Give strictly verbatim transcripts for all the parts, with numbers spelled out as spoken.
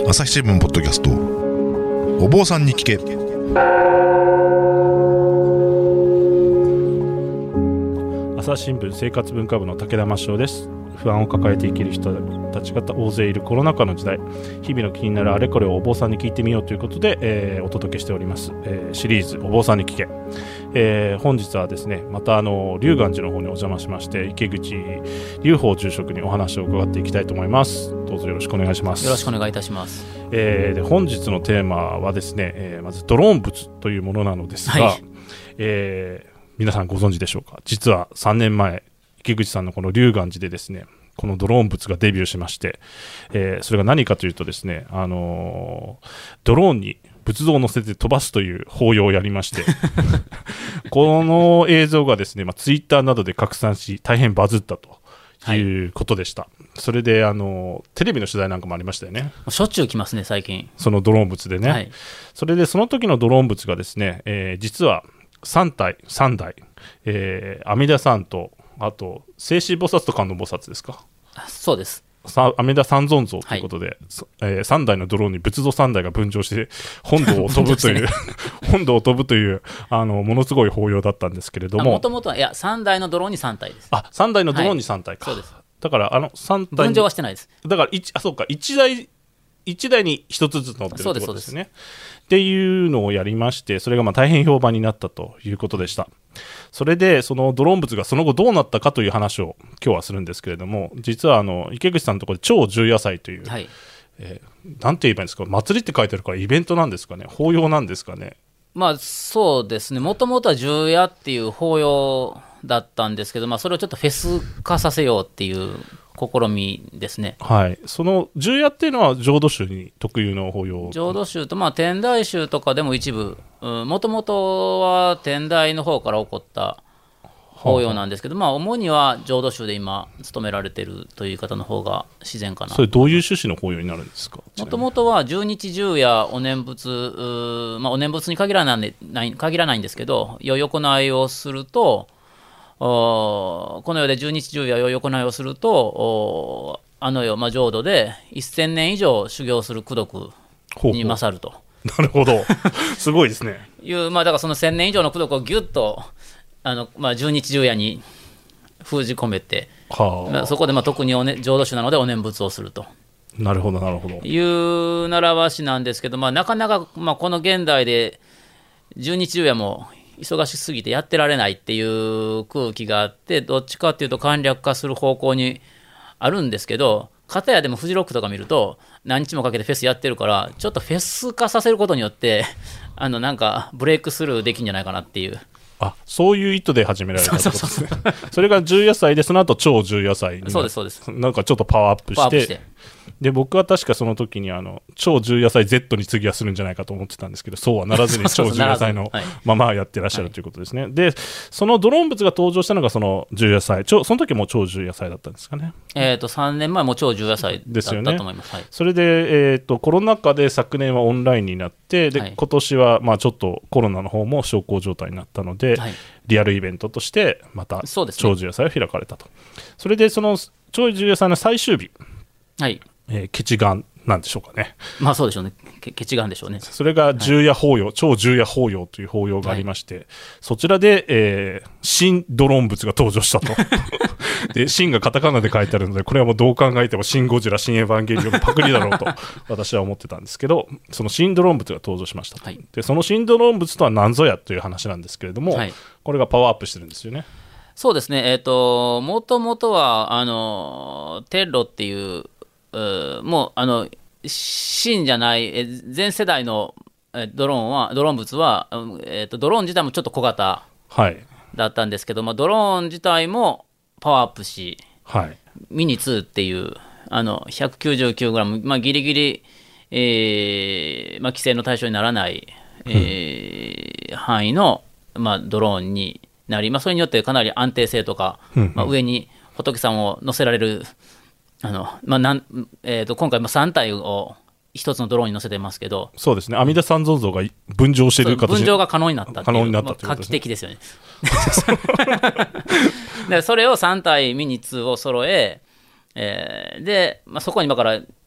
朝日新聞ポッドキャスト、お坊さんに聞け。 朝日新聞生活文化部の武田真翔です。不安を抱えて生きる人たちが大勢いるコロナ禍の時代、日々の気になるあれこれをお坊さんに聞いてみようということで、えー、お届けしております、えー、シリーズお坊さんに聞け。えー、本日はですね、またあの龍岩寺の方にお邪魔しまして、池口隆法住職にお話を伺っていきたいと思います。どうぞよろしくお願いします。 よろしくお願いいたします。 えー、で本日のテーマはですね、えー、まずドローン仏というものなのですが、はい、えー、皆さんご存知でしょうか。実はさんねんまえ、池口さんのこの龍岩寺でですね、このドローン仏がデビューしまして、えー、それが何かというとですね、あのー、ドローンに仏像を乗せて飛ばすという法要をやりましてこの映像がですね、まあ、ツイッターなどで拡散し大変バズったということでした、はい、それであのテレビの取材なんかもありましたよね。 しょっちゅう来ますね最近、そのドローン仏でね、はい、それでその時のドローン仏がですね、えー、実はさん体さんだい、えー、阿弥陀さんとあと聖子菩薩と観音菩薩ですか。 そうです。 阿弥陀三尊像ということで、はい、えー、さんだいのドローンに仏像さんだいが分乗して本堂を飛ぶという、ね、本堂を飛ぶというあのものすごい法要だったんですけれども、 もともとはいやさんだいのドローンにさん体です。 あ、さんだいのドローンにさん体か、はい、そうです。だからあのさん体分乗はしてないです。 だからいちあそうかいちだいいちだいにひとつずつ乗ってるってことですね。っていうのをやりまして、それがまあ大変評判になったということでした。それでそのドローン仏がその後どうなったかという話を今日はするんですけれども、実はあの池口さんのところで超重夜祭という、はい、えー、なんて言えばいいんですか、祭りって書いてあるからイベントなんですかね、法要なんですかね。 まあそうですね、もともとは重夜っていう法要だったんですけど、まあ、それをちょっとフェス化させようっていう試みですね。 はい、その重夜っていうのは浄土宗に特有の法要。 浄土宗と、まあ、天台宗とかでも一部、もともとは天台の方から起こった法要なんですけど、はあはあ、まあ、主には浄土宗で今務められているという方の方が自然かな。 それどういう趣旨の法要になるんですか。 もともとは十日十夜お念仏、まあ、お念仏に限らない、限らないんですけど、夜行いをすると、この世で十日十夜夜行いをすると、あの世、まあ、浄土でせんねん以上修行する功徳に勝ると。 ほうほう、なるほどすごいですねいう、まあ、だからそのせんねん以上の功徳をギュッとあの、まあ、十日十夜に封じ込めて、はあ、まあ、そこでまあ特にお、ね、浄土宗なのでお念仏をすると。 なるほどなるほど。 いう習わしなんですけど、まあ、なかなか、まあ、この現代で十日十夜も忙しすぎてやってられないっていう空気があって、どっちかっていうと簡略化する方向にあるんですけど、片やでもフジロックとか見ると何日もかけてフェスやってるから、ちょっとフェス化させることによってあのなんかブレイクスルーできるんじゃないかなっていう。 あ、そういう意図で始められたってことですね。それが重夜祭で、その後超重夜祭に、 そうですそうです、 なんかちょっとパワーアップして、してで僕は確かその時にあの超重夜祭 Z に次はするんじゃないかと思ってたんですけど、そうはならずに超重夜祭のままやってらっしゃるということですね。はい、でそのドローン仏が登場したのがその重夜祭、その時も超重夜祭だったんですかね。 えー、とさんねんまえも超重夜祭だったと思います。 はい、それで、えー、とコロナ禍で昨年はオンラインになって、で、はい、今年はまあちょっとコロナの方も小康状態になったので、はい、リアルイベントとしてまた超重夜祭を開かれたと。 そ, 、ね、それでその超重夜祭の最終日、はい、えー、ケチガンなんでしょうかね。 まあそうでしょうね、ケ, ケチガンでしょうね。 それが重夜法要、はい、超重夜法要という法要がありまして、はい、そちらで、えー、新ドローン仏が登場したとで新がカタカナで書いてあるので、これはもうどう考えてもシン・ゴジラ、シン・エヴァンゲリオンのパクリだろうと私は思ってたんですけど、その新ドローン仏が登場しました、はい、でその新ドローン仏とは何ぞやという話なんですけれども、はい、これがパワーアップしてるんですよね。 そうですね、えーと、もともとはあのテッロっていうもうあの新じゃない全世代のドローンはドローン物は、えー、とドローン自体もちょっと小型だったんですけど、はい、まあ、ドローン自体もパワーアップし、はい、ミニツーっていうあの ひゃくきゅうじゅうきゅうグラム、まあ、ギリギリ、えーまあ、規制の対象にならない、えーうん、範囲の、まあ、ドローンになり、まあ、それによってかなり安定性とか、うんうん、まあ、上に仏さんを乗せられるあのまあなんえー、と今回さん体を一つのドローンに乗せてますけど、 そうですね、阿弥陀三尊像が分乗している形で分乗が可能になったっていう、可能になったっていうことですね。画期的ですよねでそれをさん体ミニツーを揃ええー、で、まあ、そこに今から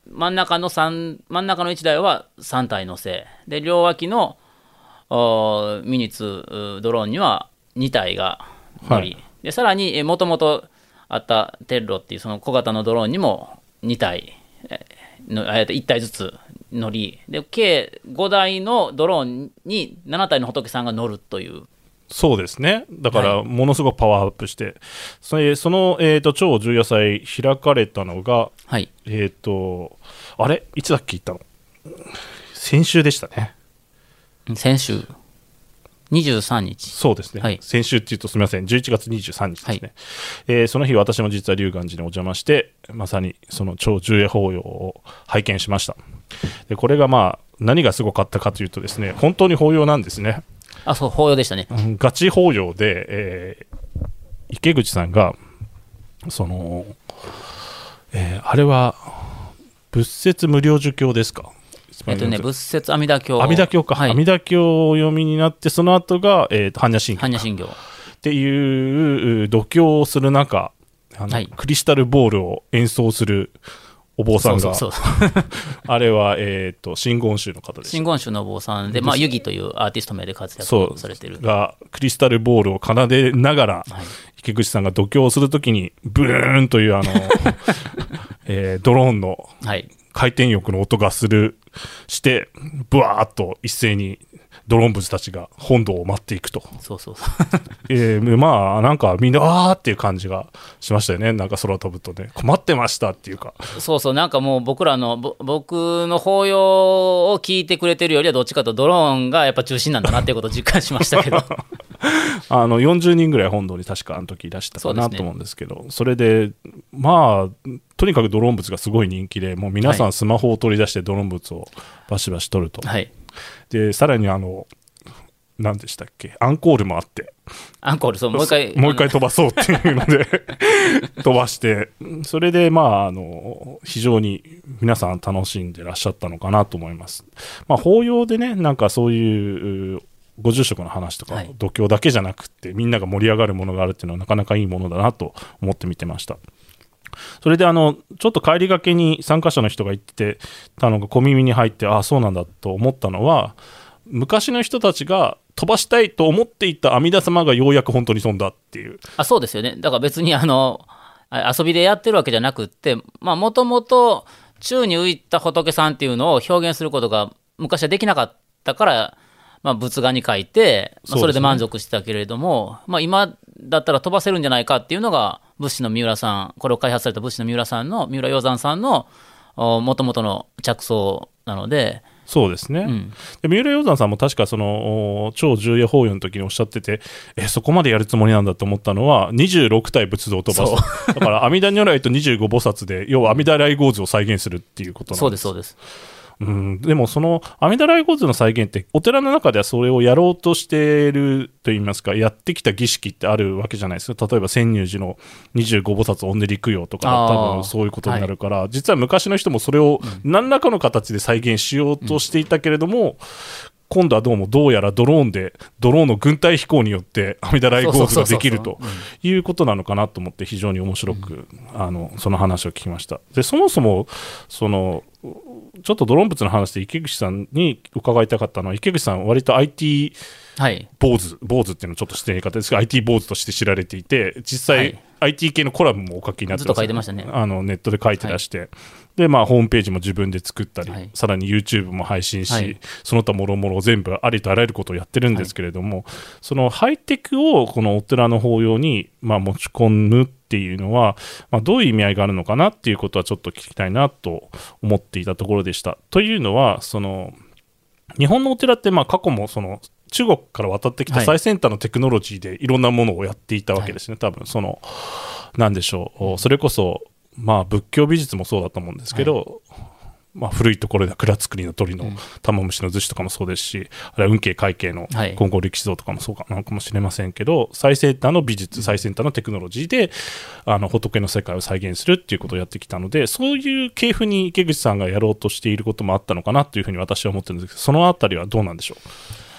真ん中の三真ん中のいちだいはさんたい乗せで、両脇のミニツードローンにはにたいが乗り、はい、でさらにもともとあったテッロっていうその小型のドローンにもにたいのいったいずつ乗りで、計ごだいのドローンにななたいの仏さんが乗るという。 そうですね。だからものすごくパワーアップして、はい、それその、えーと、超重夜祭開かれたのが、 はい、 えっ、ー、とあれいつだっけ行ったの？先週でしたね。 先週にじゅうさんにち。 そうですね、はい、先週っていうとすみません、じゅういちがつにじゅうさんにちですね、はい、えー、その日私も実は龍岩寺にお邪魔して、まさにその超重夜法要を拝見しました。でこれがまあ何がすごかったかというとですね、本当に法要なんですね。 あ、そう、法要でしたね。 ガチ法要で、えー、池口さんがその、えー、あれは仏説無料儒教ですか。 えっとね、仏説阿弥陀経、 阿弥陀経か、はい、阿弥陀経を読みになって、その後が、えー、般若心経般若心経っていう度胸をする中、あの、はい、クリスタルボールを演奏するお坊さんが、そうそうそうあれは、えー、と真言宗の方です。 真言宗のお坊さんで、まあ、ユギというアーティスト名で活躍されているがクリスタルボールを奏でながら、はい、池口さんが度胸をするときにブーンというあの、えー、ドローンの回転翼の音がするしてブワーッと一斉にドローン仏たちが本堂を待っていくと。 そうそうそう、 えー、まあなんかみんなあーっていう感じがしましたよね。なんか空飛ぶとね、困ってましたっていうか、 そうそう、なんかもう僕らの僕の法要を聞いてくれてるよりはどっちかとドローンがやっぱ中心なんだなっていうことを実感しましたけどあのよんじゅうにんぐらい本堂に確かあの時いらしたかなと思うんですけど、 そ, ね、それでまあとにかくドローン仏がすごい人気で、もう皆さんスマホを取り出してドローン仏をバシバシ撮ると、はい、でさらにあの何でしたっけ、アンコールもあって、 アンコール、そう、もう一回もう一回飛ばそうっていうので飛ばして、それでまああの非常に皆さん楽しんでらっしゃったのかなと思います。まあ、法要でね、なんかそういうご住職の話とか、はい、度胸だけじゃなくってみんなが盛り上がるものがあるっていうのはなかなかいいものだなと思って見てました。それであのちょっと帰りがけに参加者の人が言ってたのが小耳に入って、ああそうなんだと思ったのは、昔の人たちが飛ばしたいと思っていた阿弥陀様がようやく本当に飛んだっていう。 あ、そうですよね。だから別にあの遊びでやってるわけじゃなくって、もともと宙に浮いた仏さんっていうのを表現することが昔はできなかったから、まあ、仏画に書いて、まあ、それで満足してたけれども、ね、まあ、今だったら飛ばせるんじゃないかっていうのが仏師の三浦さん、これを開発された仏師の三浦さんの三浦鷹山さんのもともとの着想なので。 そうですね、うん、で三浦鷹山さんも確かその超重夜法要の時におっしゃってて、えそこまでやるつもりなんだと思ったのはにじゅうろくたい仏像を飛ばすだから阿弥陀如来とにじゅうごぼさつで要は阿弥陀来迎図を再現するっていうことなんです。 そうですそうです。 うん、でもその阿弥陀来迎図の再現ってお寺の中ではそれをやろうとしているといいますか、やってきた儀式ってあるわけじゃないですか。例えば千入寺のにじゅうごぼさつおんねり供養とか多分そういうことになるから、はい、実は昔の人もそれを何らかの形で再現しようとしていたけれども、うんうん、今度はどうもどうやらドローンでドローンの軍隊飛行によって阿弥陀来迎図ができるということなのかなと思って非常に面白く、うん、あのその話を聞きました。でそもそもそのちょっとドローン仏の話で池口さんに伺いたかったのは、池口さん割と アイティー 坊主、坊主っていうのはちょっと失礼な言い方ですが アイティー 坊主として知られていて、実際、はい、アイティー 系のコラムもお書きになってずっと書いてましたね。 あのネットで書いてらして、はい、でまあ、ホームページも自分で作ったり、はい、さらに YouTube も配信し、はい、その他もろもろ全部ありとあらゆることをやってるんですけれども、はい、そのハイテクをこのお寺の法要に、まあ、持ち込むっていうのは、まあ、どういう意味合いがあるのかなっていうことはちょっと聞きたいなと思っていたところでした。というのはその日本のお寺ってまあ過去もその中国から渡ってきた最先端のテクノロジーでいろんなものをやっていたわけですね、はい、多分そのなんでしょう、それこそまあ仏教美術もそうだと思うんですけど、はい、まあ、古いところでは蔵造りの鳥の玉虫の図紙とかもそうですし、あるいは運慶会計の金剛力士像とかもそうかなのかもしれませんけど、最先端の美術、最先端のテクノロジーであの仏の世界を再現するっていうことをやってきたので、そういう系譜に池口さんがやろうとしていることもあったのかなというふうに私は思ってるんですけど、そのあたりはどうなんでしょう。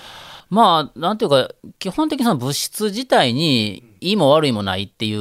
まあ、なんていうか、基本的にその物質自体にいいも悪いもないっていう、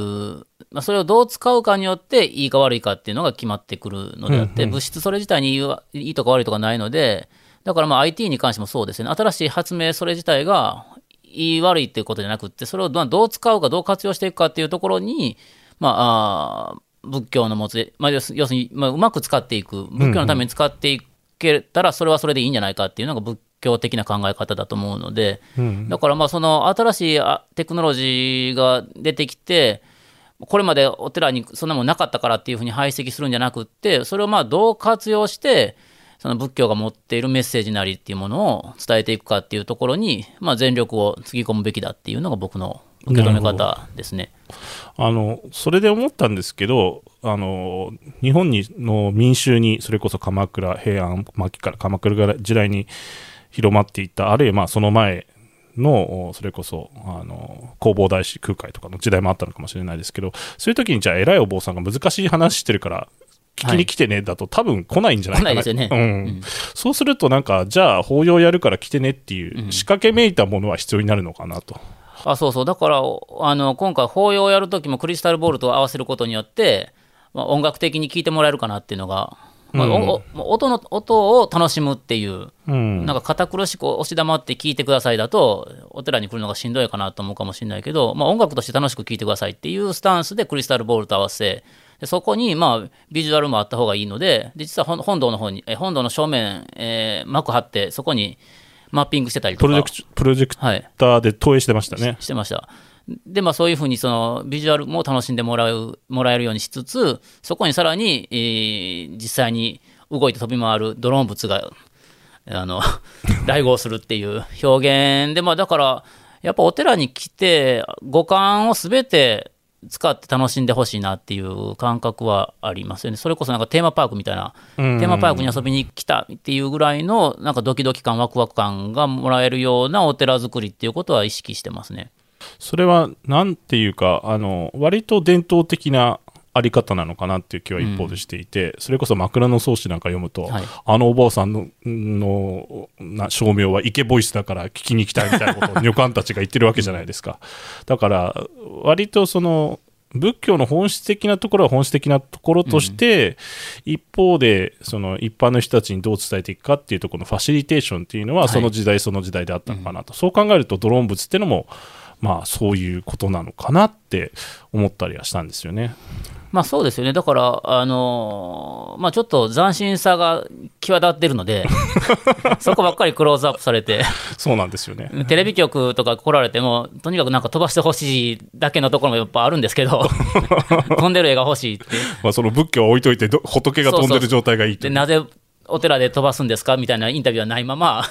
まあ、それをどう使うかによっていいか悪いかっていうのが決まってくるのであって、うんうん、物質それ自体にいい、いいとか悪いとかないので、だからまあ アイティー に関してもそうですよね。新しい発明それ自体がいい悪いっていうことじゃなくって、それをどう使うかどう活用していくかっていうところに、まあ、あ仏教の持つ、まあ、要するに、まあ、うまく使っていく、仏教のために使っていけたらそれはそれでいいんじゃないかっていうのが仏教的な考え方だと思うので、うん、だからまあその新しいテクノロジーが出てきて、これまでお寺にそんなもんなかったからっていうふうに排斥するんじゃなくって、それをまあどう活用してその仏教が持っているメッセージなりっていうものを伝えていくかっていうところに、まあ、全力をつぎ込むべきだっていうのが僕の受け止め方ですね。 あのそれで思ったんですけど、あの日本にの民衆にそれこそ鎌倉平安末期から鎌倉時代に広まっていった、あるいはまあその前のそれこそあの弘法大師空海とかの時代もあったのかもしれないですけど、そういう時にじゃあ偉いお坊さんが難しい話してるから聞きに来てねだと、はい、多分来ないんじゃないかな。来ないですよね、うんうん、そうするとなんかじゃあ法要やるから来てねっていう仕掛けめいたものは必要になるのかなと、 うん、あそうそうだからあの今回法要やる時もクリスタルボールと合わせることによって、まあ、音楽的に聴いてもらえるかなっていうのが、まあうん、おお音の音を楽しむっていう、うん、なんか堅苦しく押し黙って聴いてくださいだとお寺に来るのがしんどいかなと思うかもしれないけど、まあ、音楽として楽しく聴いてくださいっていうスタンスでクリスタルボールと合わせ、でそこにまあビジュアルもあった方がいいので、で実は本堂の方に、え本堂の正面、えー、幕張ってそこにマッピングしてたりとか、 プロジェクプロジェクターで投影してましたね、はい、 し, してました。で、まあ、そういうふうにそのビジュアルも楽しんでもらうもらえるようにしつつ、そこにさらに、えー、実際に動いて飛び回るドローン物があの来合するっていう表現で、まあ、だからやっぱお寺に来て五感をすべて使って楽しんでほしいなっていう感覚はありますよね。それこそなんかテーマパークみたいな、テーマパークに遊びに来たっていうぐらいのなんかドキドキ感ワクワク感がもらえるようなお寺作りっていうことは意識してますね。 それはなんていうか、あの割と伝統的なあり方なのかなっていう気は一方でしていて、うん、それこそ枕草子なんか読むと、はい、あのお坊さん の, のな称名はイケボイスだから聞きに来たいみたいなことを女官たちが言ってるわけじゃないですか。だから割とその仏教の本質的なところは本質的なところとして、うん、一方でその一般の人たちにどう伝えていくかっていうところのファシリテーションっていうのはその時代その時代であったのかなと、はい、そう考えるとドローン仏っていうのもまあそういうことなのかなって思ったりはしたんですよね。 まあそうですよね。だからあのー、まあちょっと斬新さが際立ってるのでそこばっかりクローズアップされてそうなんですよね。 テレビ局とか来られてもとにかくなんか飛ばしてほしいだけのところもやっぱあるんですけど飛んでる絵が欲しいってまあその仏教は置いといて仏が飛んでる状態がいいと。 でなぜお寺で飛ばすんですかみたいなインタビューはないまま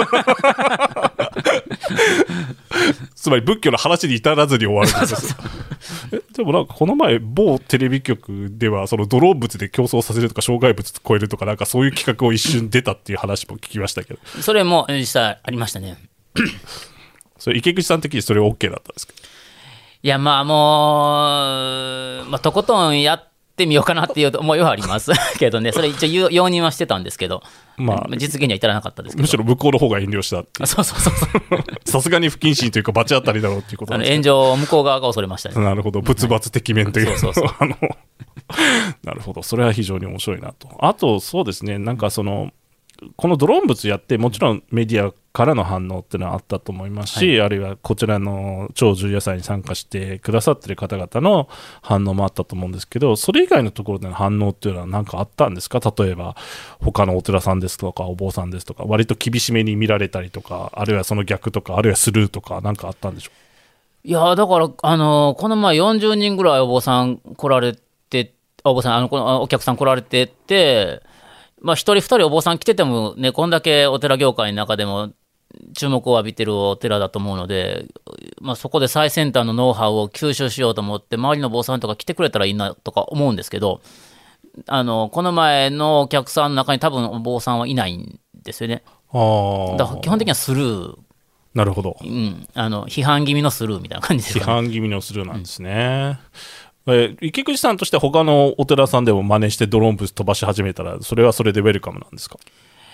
つまり仏教の話に至らずに終わるんですよえでもなんかこの前某テレビ局ではそのドローン物で競争させるとか障害物超えるとかなんかそういう企画を一瞬出たっていう話も聞きましたけどそれも実際ありましたねそれ池口さん的にそれ OK だったんですか？ いやまあもう、まあ、とことんやってみようかなっていう思いはありますけどね、それ一応容認はしてたんですけど、まあ、実現には至らなかったですけど、 むしろ向こうの方が遠慮したっていう。 そうそうそうさすがに不謹慎というか罰当たりだろうっていうことなんです、ね、 炎上を向こう側が恐れましたね。 なるほど、仏罰的面という、はい、 そうそうそうあのなるほど、それは非常に面白いなと。あとそうですね、なんかそのこのドローン物やってもちろんメディアからの反応っていうのはあったと思いますし、はい、あるいはこちらの超重野祭に参加してくださっている方々の反応もあったと思うんですけど、それ以外のところでの反応っていうのは何かあったんですか？例えば他のお寺さんですとかお坊さんですとか割と厳しめに見られたりとか、あるいはその逆とか、あるいはスルーとか何かあったんでしょう？ いやだからあのこの前よんじゅうにんぐらいお坊さん来られて、お坊さんあのこのお客さん来られてて、まあ、一人二人お坊さん来ててもね、こんだけお寺業界の中でも注目を浴びてるお寺だと思うので、まあ、そこで最先端のノウハウを吸収しようと思って周りのお坊さんとか来てくれたらいいなとか思うんですけど、あのこの前のお客さんの中に多分お坊さんはいないんですよね。あだから基本的にはスルー。 なるほど、 うん、あの批判気味のスルーみたいな感じですかね。 批判気味のスルーなんですね、うん。え池口さんとして他のお寺さんでも真似してドローンブス飛ばし始めたらそれはそれでウェルカムなんですか？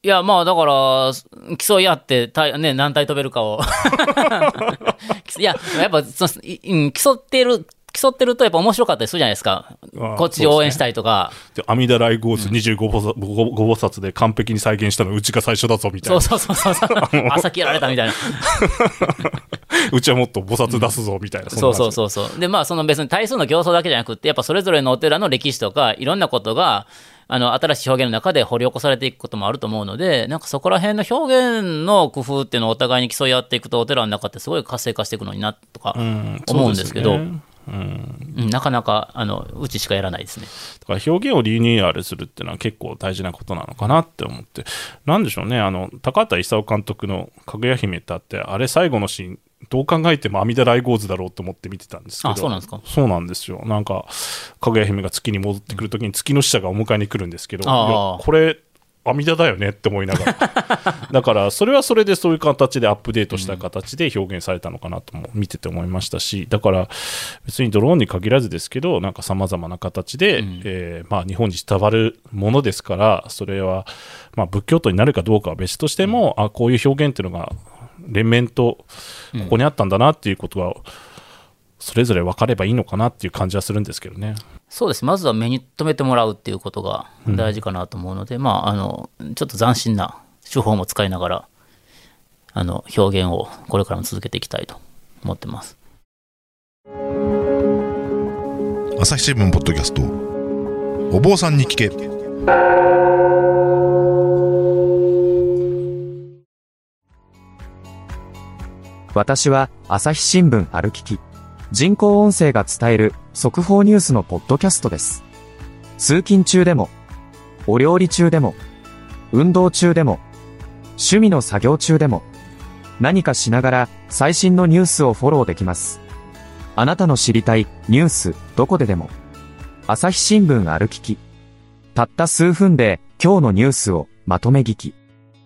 いや、まあだから競い合ってた、ね、何体飛べるかをいややっぱその、うん、競ってる競ってるとやっぱ面白かったりするじゃないですか。こっち応援したりとか、 ね、阿弥陀来合図にじゅうごぼうさつで完璧に再現したのうちが最初だぞみたいな。 そうそうそうそう朝切られたみたいなうちはもっと菩薩出すぞみたいな、 うん、そうそうそうそう。でまあその別に対数の競争だけじゃなくてやっぱそれぞれのお寺の歴史とかいろんなことがあの新しい表現の中で掘り起こされていくこともあると思うので、なんかそこら辺の表現の工夫っていうのをお互いに競い合っていくとお寺の中ってすごい活性化していくのになとか思うんですけど、うんうん、なかなかあのうちしかやらないですね。 だから表現をリニューアルするっていうのは結構大事なことなのかなって思って、なんでしょうね、あの高畑勲監督のかぐや姫ってあって、あれ最後のシーンどう考えても阿弥陀来合図だろうと思って見てたんですけど、 あ、そうなんですか。 そうなんですよ。なんかかぐや姫が月に戻ってくるときに月の使者がお迎えに来るんですけど、いやこれ阿弥陀だよねって思いながらだからそれはそれでそういう形でアップデートした形で表現されたのかなとも見てて思いましたし、だから別にドローンに限らずですけど、なんかさまざまな形で、うんえーまあ、日本に伝わるものですから、それはまあ仏教徒になるかどうかは別としても、うん、あこういう表現っていうのが連綿とここにあったんだなっていうことがそれぞれ分かればいいのかなっていう感じはするんですけどね。 そうです。まずは目に留めてもらうっていうことが大事かなと思うので、うん、まああのちょっと斬新な手法も使いながらあの表現をこれからも続けていきたいと思ってます。 朝日新聞ポッドキャスト、お坊さんに聞け。 私は朝日新聞ある聞き。人工音声が伝える速報ニュースのポッドキャストです。通勤中でも、お料理中でも、運動中でも、趣味の作業中でも、何かしながら最新のニュースをフォローできます。あなたの知りたいニュースどこででも。朝日新聞ある聞き。たった数分で今日のニュースをまとめ聞き。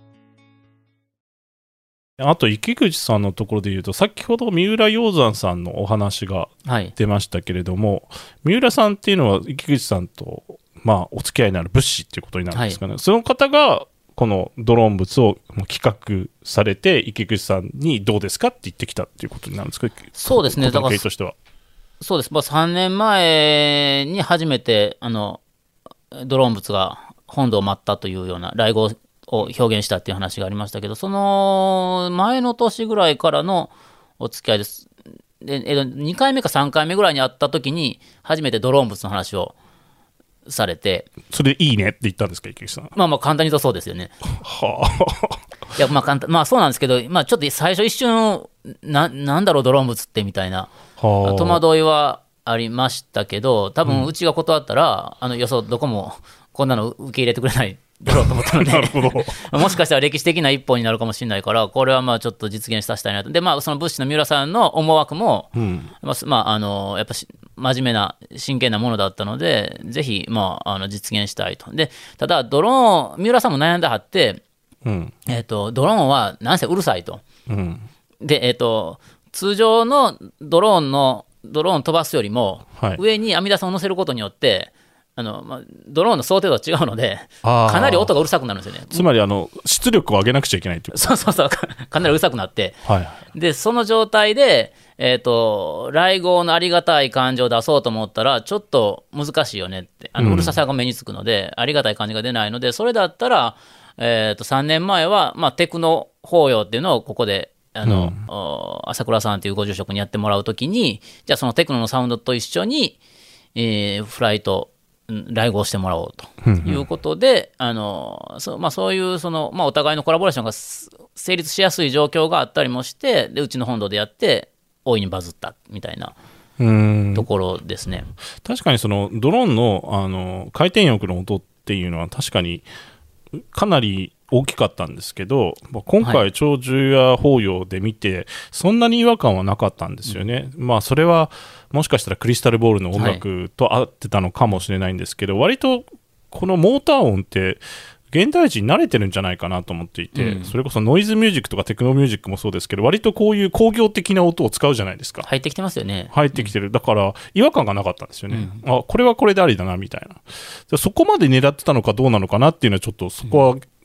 あと池口さんのところで言うと、先ほど三浦鷹山さんのお話が出ましたけれども、はい、三浦さんっていうのは池口さんと、まあ、お付き合いのある仏師っていうことになるんですかね、はい、その方がこのドローン仏を企画されて池口さんにどうですかって言ってきたっていうことになるんですか。 そうですね、だからとしてはそうです、まあ、さんねんまえに初めてあのドローン仏が本土を舞ったというような来号を表現したっていう話がありましたけど、その前の年ぐらいからのお付き合いです。で、えにかいめかさんかいめぐらいに会った時に初めてドローン仏の話をされて、 それでいいねって言ったんですか、池口さん。 まあまあ簡単に言うとそうですよね。はあ。いやまあ簡単、まあそうなんですけど、まあちょっと最初一瞬な、なんだろうドローン仏ってみたいな戸惑いはありましたけど、多分うちが断ったら、うん、あのよそどこもこんなの受け入れてくれないだろうと思ったのでなるほどもしかしたら歴史的な一歩になるかもしれないから、これはまあちょっと実現させたいなと。でまあその仏師の三浦さんの思惑も、うんまあ、まああのやっぱし真面目な真剣なものだったので、ぜひまああの実現したいと。でただドローン三浦さんも悩んではって、うんえー、とドローンはなんせうるさいと、うん、でえっ、ー、と通常のドローンのドローン飛ばすよりも、はい、上に阿弥陀さんを乗せることによってあのまあ、ドローンの想定とは違うのでかなり音がうるさくなるんですよね。 つまりあの出力を上げなくちゃいけないってことそうそうそうかなりうるさくなって、はい、でその状態で、えーと、来号のありがたい感情を出そうと思ったらちょっと難しいよねって、あのうるささが目につくので、うん、ありがたい感じが出ないので、それだったら、えーと、さんねんまえは、まあ、テクノ法要っていうのをここであの、うん、朝倉さんというご住職にやってもらうときに、じゃあそのテクノのサウンドと一緒に、えー、フライト来号してもらおうということで、うんうんあのそまあ、そういうその、まあ、お互いのコラボレーションが成立しやすい状況があったりもして、でうちの本土でやって大いにバズったみたいなところですね。 確かにそのドローン の, あの回転翼の音っていうのは確かにかなり大きかったんですけど、今回長寿や法要で見て、はい、そんなに違和感はなかったんですよね、うんまあ、それはもしかしたらクリスタルボールの音楽と合ってたのかもしれないんですけど、はい、割とこのモーター音って現代人慣れてるんじゃないかなと思っていて、うん、それこそノイズミュージックとかテクノミュージックもそうですけど、割とこういう工業的な音を使うじゃないですか。 入ってきてますよね。 入ってきてる。だから違和感がなかったんですよね、うん、あこれはこれでありだなみたいな。そこまで狙ってたのかどうなのかなっていうのはちょっとそこは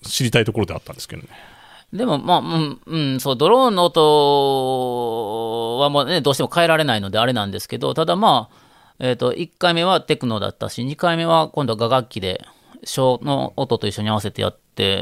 知りたいところであったんですけどね。 でも、まあ、うん、うん、そう、ドローンの音はもうね、どうしても変えられないのであれなんですけど、ただまあ、えっと、いっかいめはテクノだったし、にかいめは今度は雅楽器で、小の音と一緒に合わせてやって、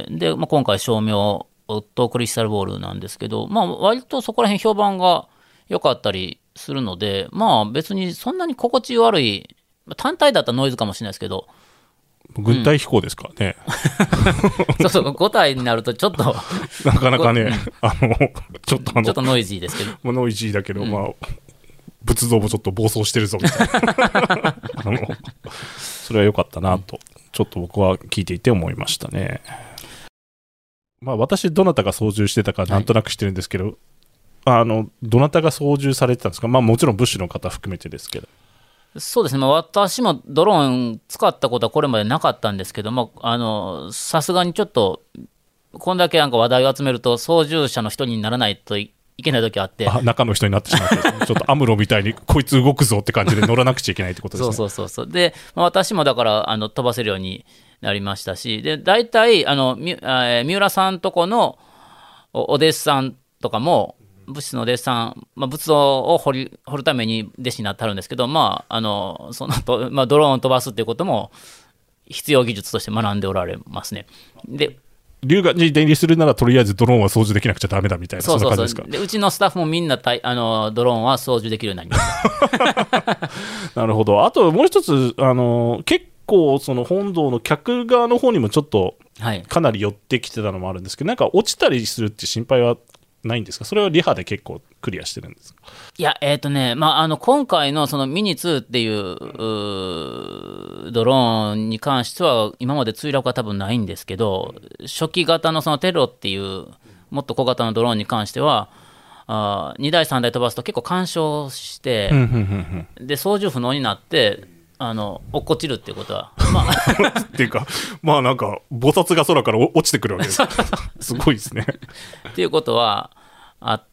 で、まあ、今回照明とクリスタルボールなんですけど、まあ、割とそこら辺評判が良かったりするので、まあ、別にそんなに心地悪い、単体だったらノイズかもしれないですけど、 軍隊飛行ですからね、 うん、そうそう、ご体になるとちょっとなかなかね、あのちょっとあのちょっとノイジーですけど、 ノイジーだけど、 うん、 まあ仏像もちょっと暴走してるぞみたいなあのそれは良かったなと、ちょっと僕は聞いていて思いましたね。まあ私どなたが操縦してたかなんとなく知ってるんですけど、はい、あのどなたが操縦されてたんですか？まあもちろんブッシュの方含めてですけど。 そうですね、まあ、私もドローン使ったことはこれまでなかったんですけども、あのさすがにちょっとこんだけなんか話題を集めると操縦者の一人にならないといけない時あって、 あ、中の人になってしまってちょっとアムロみたいにこいつ動くぞって感じで乗らなくちゃいけないってことですね。 そうそうそうそう。で、まあ、私もだからあの飛ばせるようになりましたし、で大体あのみ、えー、三浦さんとこのお弟子さんとかも仏師のお弟子さん、まあ、仏像を掘り掘るために弟子になってはるんですけど、まあ、あのその後、まあ、ドローンを飛ばすっていうことも必要技術として学んでおられますね。で、 龍河に出入りするならとりあえずドローンは操縦できなくちゃダメだみたいな、 そうそうそう、 そんな感じですか。 でうちのスタッフもみんなたいあのドローンは操縦できるようになりましたなるほど。あともう一つ、あの結構その本堂の客側の方にもちょっとかなり寄ってきてたのもあるんですけど、はい、なんか落ちたりするって心配はないんですか？それはリハで結構クリアしてるんですか？ いや、えっ、ー、とね、まあ、あの今回のそのミニツーっていう、うドローンに関しては今まで墜落は多分ないんですけど、初期型のそのテロっていうもっと小型のドローンに関してはあにだいさんだい飛ばすと結構干渉してで操縦不能になってあの落っこちるっていうことは、まあ、 っていうか、まあなんか菩薩が空から落ちてくるわけですすごいですねっていうことはあって、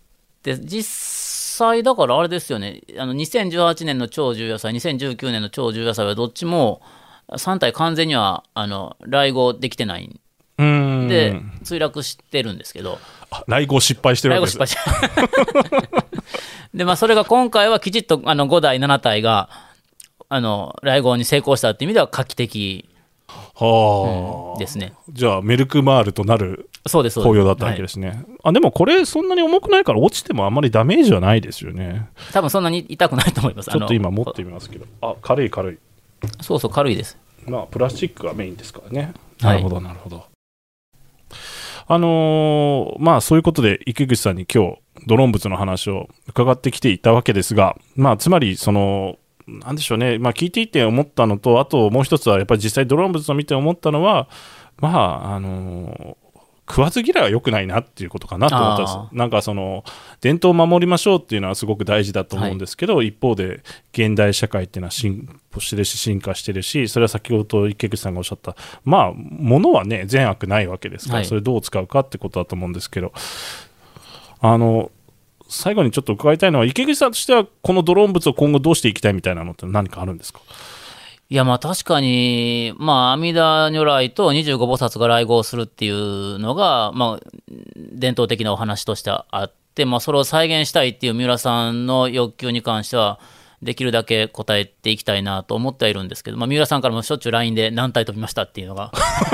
実際だからあれですよね、あのにせんじゅうはちねんの超重要祭、にせんじゅうきゅうねんの超重要祭はどっちもさん体完全にはあの来号できてないんうーんで墜落してるんですけど、 あ、来号失敗してるわけです。 来号失敗してで、まあ、それが今回はきちっとあのごだいなな体があの来号に成功したっていう意味では画期的、 はあ、 うん、ですね。 じゃあメルクマールとなる紅葉だったわけですね。はい、あ、でもこれそんなに重くないから落ちてもあんまりダメージはないですよね。 多分そんなに痛くないと思います。 ちょっと今持ってみますけど、あ、軽い軽い。 そうそう、軽いです。 まあプラスチックがメインですからね。 なるほどなるほど。あのー、まあそういうことで池口さんに今日ドローン物の話を伺ってきていたわけですが、まあつまりそのなんでしょうね、まあ、聞いていて思ったのと、あともう一つはやっぱり実際ドローン物を見て思ったのは、まああのー、食わず嫌いは良くないなっていうことかなと思ったんです。なんかその伝統を守りましょうっていうのはすごく大事だと思うんですけど、はい、一方で現代社会っていうのは進歩してるし進化してるし、それは先ほど池口さんがおっしゃった、まあ物はね善悪ないわけですから、はい、それどう使うかってことだと思うんですけど、あの最後にちょっと伺いたいのは、池口さんとしてはこのドローン物を今後どうしていきたいみたいなのって何かあるんですか？ いや、まあ確かに、まあ阿弥陀如来とにじゅうご菩薩が来迎するっていうのが、まあ伝統的なお話としてあって、まあそれを再現したいっていう三浦さんの欲求に関しては、できるだけ答えていきたいなと思ってはいるんですけど、まあ、三浦さんからもしょっちゅう ライン で何体飛びましたっていうのが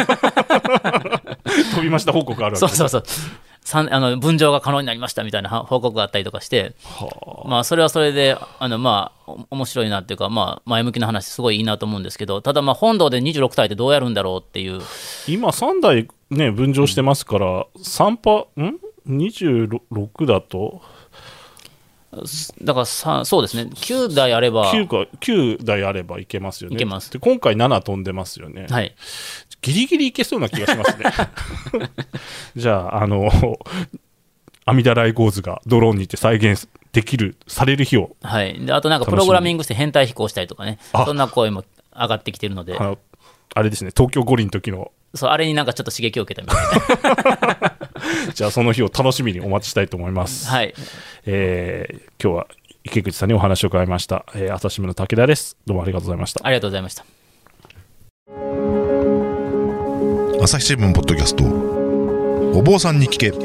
飛びました報告あるわけです。そうそうそう、あの分譲が可能になりましたみたいな報告があったりとかして、はあ、まあそれはそれであのまあ面白いなっていうか、まあ前向きな話すごいいいなと思うんですけど、ただまあ本堂でにじゅうろく体ってどうやるんだろうっていう、 今さん台ね分譲してますから、うん、さんパんにじゅうろくだとだからさそうですね、きゅう台あれば 9, かきゅう台あればいけますよね。 いけます。 で今回なな飛んでますよね。 はい、 ギリギリいけそうな気がしますねじゃああの阿弥陀来迎図がドローンにて再現できるされる日を、 はい、であとなんかプログラミングして編隊飛行したりとかね、そんな声も上がってきてるので、 あのあれですね、東京五輪の時のそうあれになんかちょっと刺激を受けたみたいなじゃあその日を楽しみにお待ちしたいと思います。 はい、 えー、今日は池口さんにお話を伺いました。えー、朝日新聞の武田です。どうもありがとうございました。 ありがとうございました。 朝日新聞ポッドキャストお坊さんに聞け。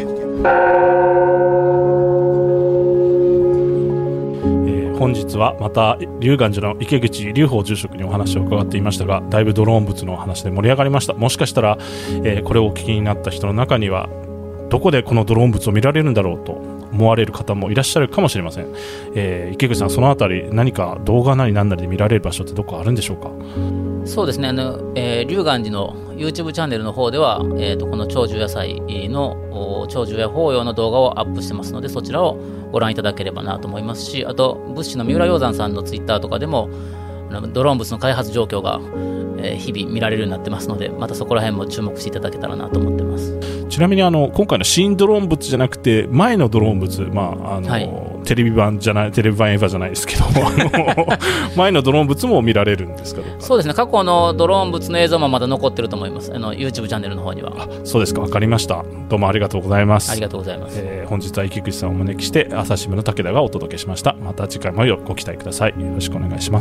本日はまた龍岩寺の池口隆法住職にお話を伺っていましたが、だいぶドローン仏の話で盛り上がりました。もしかしたら、えー、これをお聞きになった人の中にはどこでこのドローン仏を見られるんだろうと思われる方もいらっしゃるかもしれません。えー、池口さん、そのあたり何か動画なり何なりで見られる場所ってどこあるんでしょうか？ そうですね、あの、えー、龍岩寺の YouTube チャンネルの方では、えー、とこの長寿野菜の長寿や法要の動画をアップしてますので、そちらをご覧いただければなと思いますし、あと仏師の三浦鷹山さんのツイッターとかでもドローン仏の開発状況が、えー、日々見られるようになってますので、またそこら辺も注目していただけたらなと思ってます。 ちなみにあの今回の新ドローン仏じゃなくて前のドローン仏、まああのはい、テレビ版じゃないテレビ版エヴァじゃないですけどもあの前のドローン仏も見られるんですか？ そうですね、過去のドローン仏の映像もまだ残ってると思います。あの YouTube チャンネルの方には。 あ、そうですか、わかりました。どうもありがとうございます。 ありがとうございます。 えー、本日は池口さんをお招きして朝日新聞の武田がお届けしました。また次回もご期待ください。よろしくお願いします。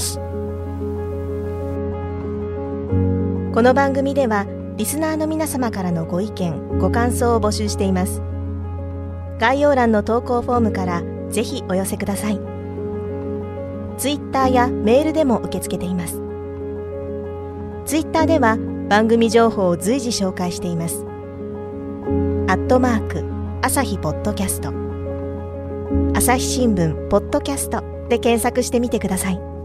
この番組ではリスナーの皆様からのご意見ご感想を募集しています。概要欄の投稿フォームからぜひお寄せください。ツイッターやメールでも受け付けています。ツイッターでは番組情報を随時紹介しています。アットマーク朝日ポッドキャスト、朝日新聞ポッドキャストで検索してみてください。